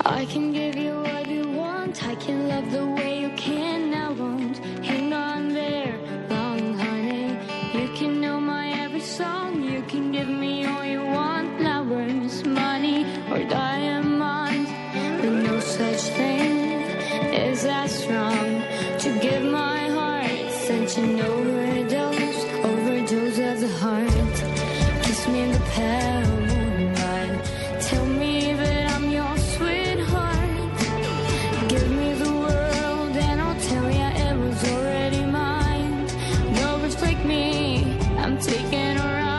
I can give you what you want, I can love the way you can, I won't hang on there long, honey. You can know my every song, you can give me all you want, flowers, money, or diamonds, but no such thing is as strong to give my heart such an overdose, overdose of the heart. Kiss me in the pale moonlight, tell me that I'm your sweetheart. Give me the world and I'll tell ya it was already mine. No rich like me, I'm taking a ride.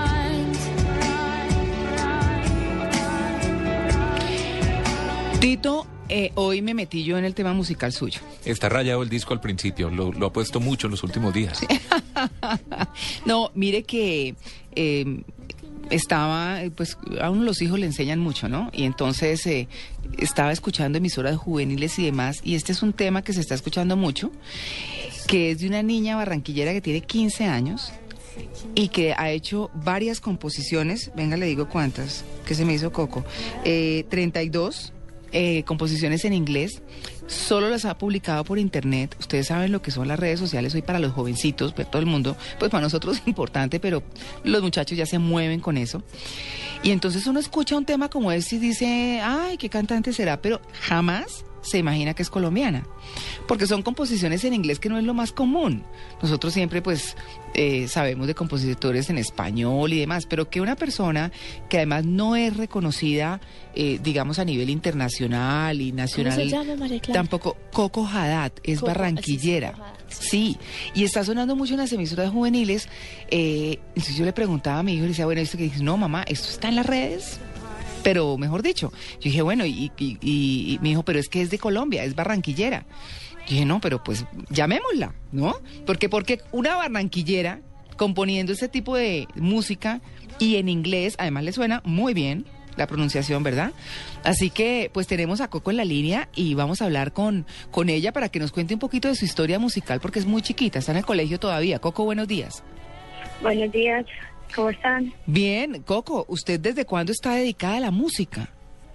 Tito, hoy me metí yo en el tema musical suyo. Está rayado el disco al principio, lo ha puesto mucho en los últimos días. No, mire que estaba, pues a uno los hijos le enseñan mucho, ¿no? Y entonces estaba escuchando emisoras juveniles y demás, y este es un tema que se está escuchando mucho, que es de una niña barranquillera que tiene 15 años y que ha hecho varias composiciones, venga le digo cuántas, que se me hizo Coco, 32 composiciones en inglés, solo las ha publicado por internet. Ustedes saben lo que son las redes sociales hoy para los jovencitos, para todo el mundo, pues para nosotros es importante, pero los muchachos ya se mueven con eso. Y entonces uno escucha un tema como este y dice, ay, qué cantante será, pero jamás se imagina que es colombiana, porque son composiciones en inglés que no es lo más común. Nosotros siempre pues sabemos de compositores en español y demás, pero que una persona que además no es reconocida, digamos a nivel internacional y nacional, ¿cómo se llama, María Clara? Tampoco, Coco Haddad, es barranquillera. Sí, y está sonando mucho en las emisoras juveniles. Entonces yo le preguntaba a mi hijo y le decía, bueno, esto que dice, no mamá, esto está en las redes. Pero, mejor dicho, yo dije, bueno, y me dijo, pero es que es de Colombia, es barranquillera. Yo dije, no, pero pues llamémosla, ¿no? Porque una barranquillera componiendo ese tipo de música y en inglés, además le suena muy bien la pronunciación, ¿verdad? Así que, pues tenemos a Coco en la línea y vamos a hablar con ella para que nos cuente un poquito de su historia musical, porque es muy chiquita, está en el colegio todavía. Coco, buenos días. Buenos días. ¿Cómo están? Bien, Coco, ¿usted desde cuándo está dedicada a la música?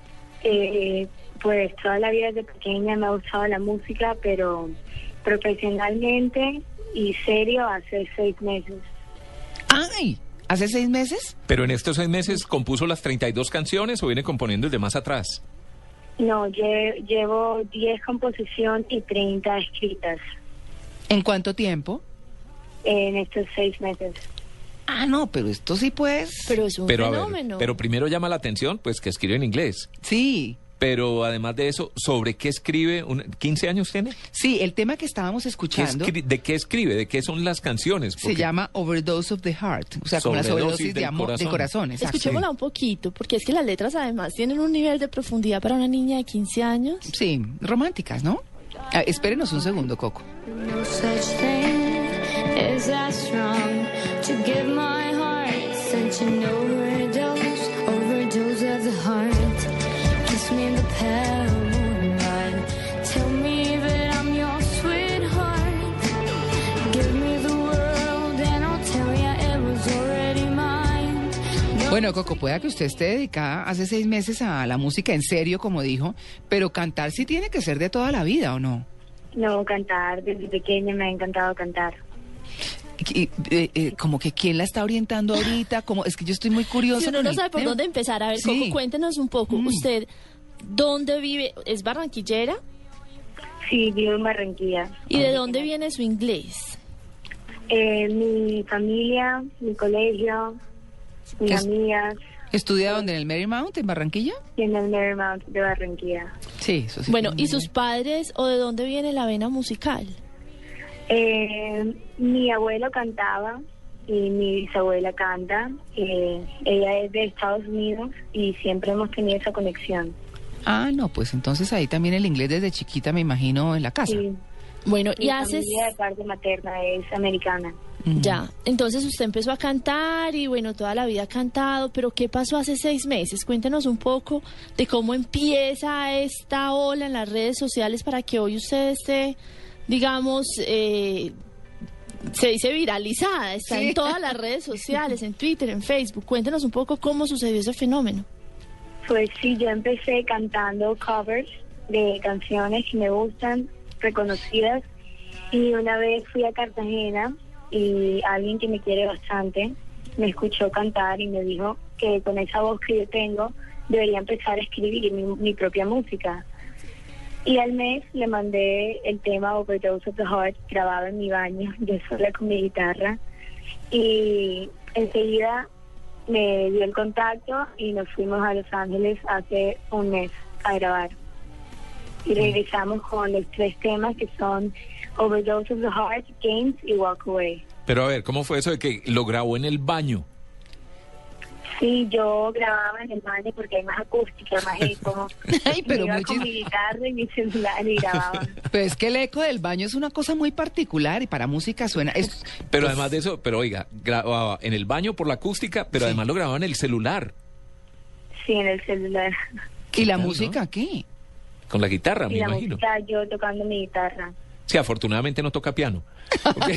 Pues toda la vida desde pequeña me ha gustado la música, pero profesionalmente y serio hace 6 meses. ¡Ay! ¿Hace 6 meses? Pero en estos 6 meses, ¿compuso las 32 canciones o viene componiendo el de más atrás? No, llevo 10 composición y 30 escritas. ¿En cuánto tiempo? En estos 6 meses. Ah, no, pero esto sí pues... Pero es un fenómeno. Pero primero llama la atención, pues, que escribe en inglés. Sí. Pero además de eso, ¿sobre qué escribe? ¿15 años tiene? Sí, el tema que estábamos escuchando... ¿De qué escribe? ¿De qué son las canciones? Se llama Overdose of the Heart, o sea, como la sobredosis de amor, de corazón. Exacto. Escuchémosla un poquito, porque es que las letras además tienen un nivel de profundidad para una niña de 15 años. Sí, románticas, ¿no? Espérenos un segundo, Coco. No such thing is as strong to give my heart such an overdose, overdose of the heart. Kiss me in the pale moonlight, tell me that I'm your sweetheart. Give me the world and I'll tell ya it was already mine. Bueno, Coco, pueda que usted esté dedicada hace 6 meses a la música en serio, como dijo, pero cantar sí tiene que ser de toda la vida, ¿o no? No, cantar, desde pequeña me ha encantado cantar. Como que quién la está orientando ahorita, como es que yo estoy muy curiosa. Si uno no sabe por dónde empezar, a ver, Sí. Coco, cuéntenos un poco. ¿Usted dónde vive? ¿Es barranquillera? Sí, vivo en Barranquilla. ¿Y de dónde viene su inglés? Mi familia, mi colegio, mis amigas. ¿Estudia dónde? ¿En el Marymount, en Barranquilla? Y en el Marymount de Barranquilla. Sí, eso sí. Bueno, ¿y sus padres o de dónde viene la vena musical? Mi abuelo cantaba y mi bisabuela canta. Ella es de Estados Unidos y siempre hemos tenido esa conexión. Ah, no, pues entonces ahí también el inglés desde chiquita, me imagino, en la casa. Sí. Bueno, Mi y haces... familia de parte materna es americana. Ya, entonces usted empezó a cantar y bueno, toda la vida ha cantado, pero ¿qué pasó hace 6 meses? Cuéntenos un poco de cómo empieza esta ola en las redes sociales para que hoy usted esté, digamos, se dice viralizada, está Sí. en todas las redes sociales, en Twitter, en Facebook. Cuéntenos un poco cómo sucedió ese fenómeno. Pues sí, yo empecé cantando covers de canciones que me gustan, reconocidas, y una vez fui a Cartagena y alguien que me quiere bastante me escuchó cantar y me dijo que con esa voz que yo tengo debería empezar a escribir mi propia música. Y al mes le mandé el tema Overdose of the Heart grabado en mi baño, yo sola con mi guitarra, y enseguida me dio el contacto y nos fuimos a Los Ángeles hace un mes a grabar. Y regresamos con los 3 temas que son Overdose of the Heart, Games y Walk Away. Pero a ver, ¿cómo fue eso de que lo grabó en el baño? Sí, yo grababa en el baño porque hay más acústica, más eco. Ay, pero me iba con mi guitarra y mi celular y grababa. Pero es que el eco del baño es una cosa muy particular y para música suena... Pero además de eso, pero oiga, grababa en el baño por la acústica, pero además lo grababa en el celular. Sí, en el celular. ¿Y la tal, música no? qué? Con la guitarra, Y me la imagino. música yo tocando mi guitarra. Sí, afortunadamente no toca piano. Ok.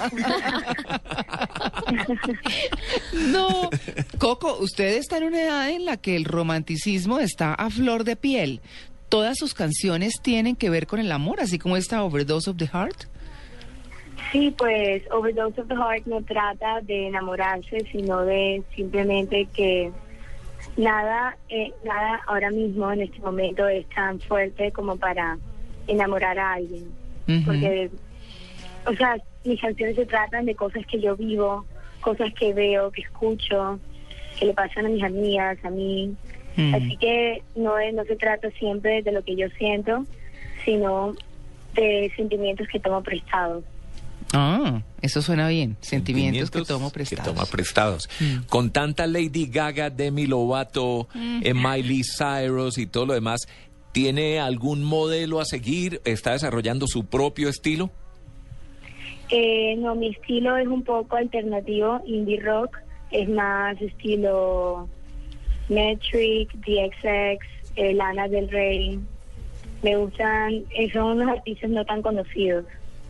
No, Coco, usted está en una edad en la que el romanticismo está a flor de piel. Todas sus canciones tienen que ver con el amor, así como esta Overdose of the Heart. Sí, pues Overdose of the Heart no trata de enamorarse, sino de simplemente que nada ahora mismo, en este momento, es tan fuerte como para enamorar a alguien. Ujú. Porque, o sea, mis canciones se tratan de cosas que yo vivo, cosas que veo, que escucho, que le pasan a mis amigas, a mí. Así que no se trata siempre de lo que yo siento, sino de sentimientos que tomo prestados. Ah, eso suena bien. Sentimientos que tomo prestados. Que toma prestados. Con tanta Lady Gaga, Demi Lovato, Miley Cyrus y todo lo demás, ¿tiene algún modelo a seguir? ¿Está desarrollando su propio estilo? No, mi estilo es un poco alternativo, indie rock. Es más estilo Metric, DXX, Lana del Rey. Me gustan, son unos artistas no tan conocidos.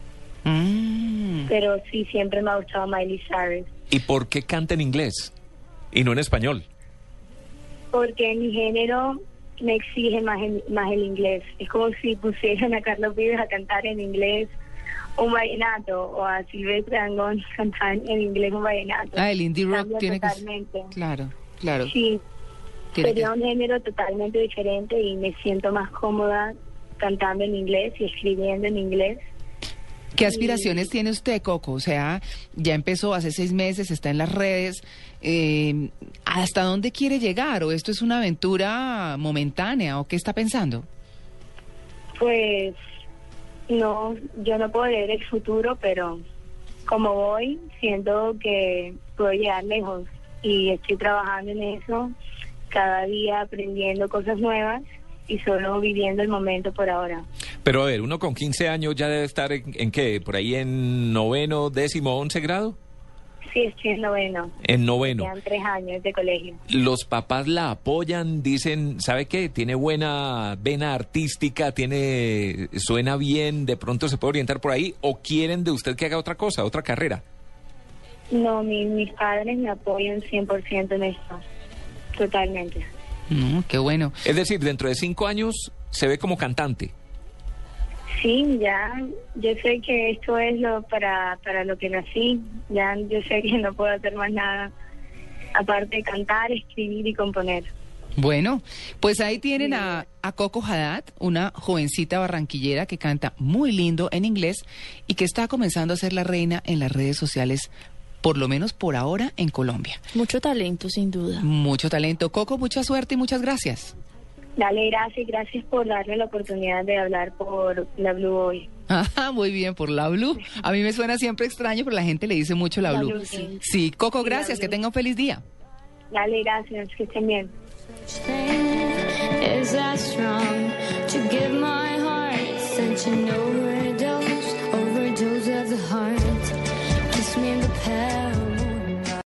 Pero sí, siempre me ha gustado Miley Cyrus. ¿Y por qué canta en inglés y no en español? Porque mi género me exige más el inglés. Es como si pusieran a Carlos Vives a cantar en inglés un vallenato, o a Silvestre Dangond cantar en inglés un vallenato. Ah, el indie rock Cambia tiene totalmente. que... Claro, claro. Sí, Tiene sería que- un género totalmente diferente y me siento más cómoda cantando en inglés y escribiendo en inglés. ¿Qué aspiraciones tiene usted, Coco? O sea, ya empezó hace 6 meses, está en las redes. ¿Hasta dónde quiere llegar? ¿O esto es una aventura momentánea? ¿O qué está pensando? Pues no, yo no puedo leer el futuro, pero como voy, siento que puedo llegar lejos y estoy trabajando en eso, cada día aprendiendo cosas nuevas y solo viviendo el momento por ahora. Pero a ver, uno con 15 años ya debe estar en qué, por ahí en 9º, 10º, 11 grado. Sí, estoy en noveno. En 9º. Quedan 3 años de colegio. Los papás la apoyan, dicen, ¿sabe qué? Tiene buena vena artística, suena bien, de pronto se puede orientar por ahí, o quieren de usted que haga otra cosa, otra carrera. No, mis padres me apoyan 100% en esto, totalmente. No, qué bueno. Es decir, dentro de 5 años se ve como cantante. Sí, ya, yo sé que esto es para lo que nací, ya yo sé que no puedo hacer más nada, aparte de cantar, escribir y componer. Bueno, pues ahí tienen a Coco Haddad, una jovencita barranquillera que canta muy lindo en inglés y que está comenzando a ser la reina en las redes sociales, por lo menos por ahora en Colombia. Mucho talento, sin duda. Mucho talento. Coco, mucha suerte y muchas gracias. Dale, gracias por darme la oportunidad de hablar por la Blue hoy. Ah, muy bien, por la Blue. A mí me suena siempre extraño, pero la gente le dice mucho la La Blue. Blue, sí. Sí, Coco, Sí, la gracias, Blue. que tenga un feliz día. Dale, gracias, que estén bien. Is that strong to give my heart such an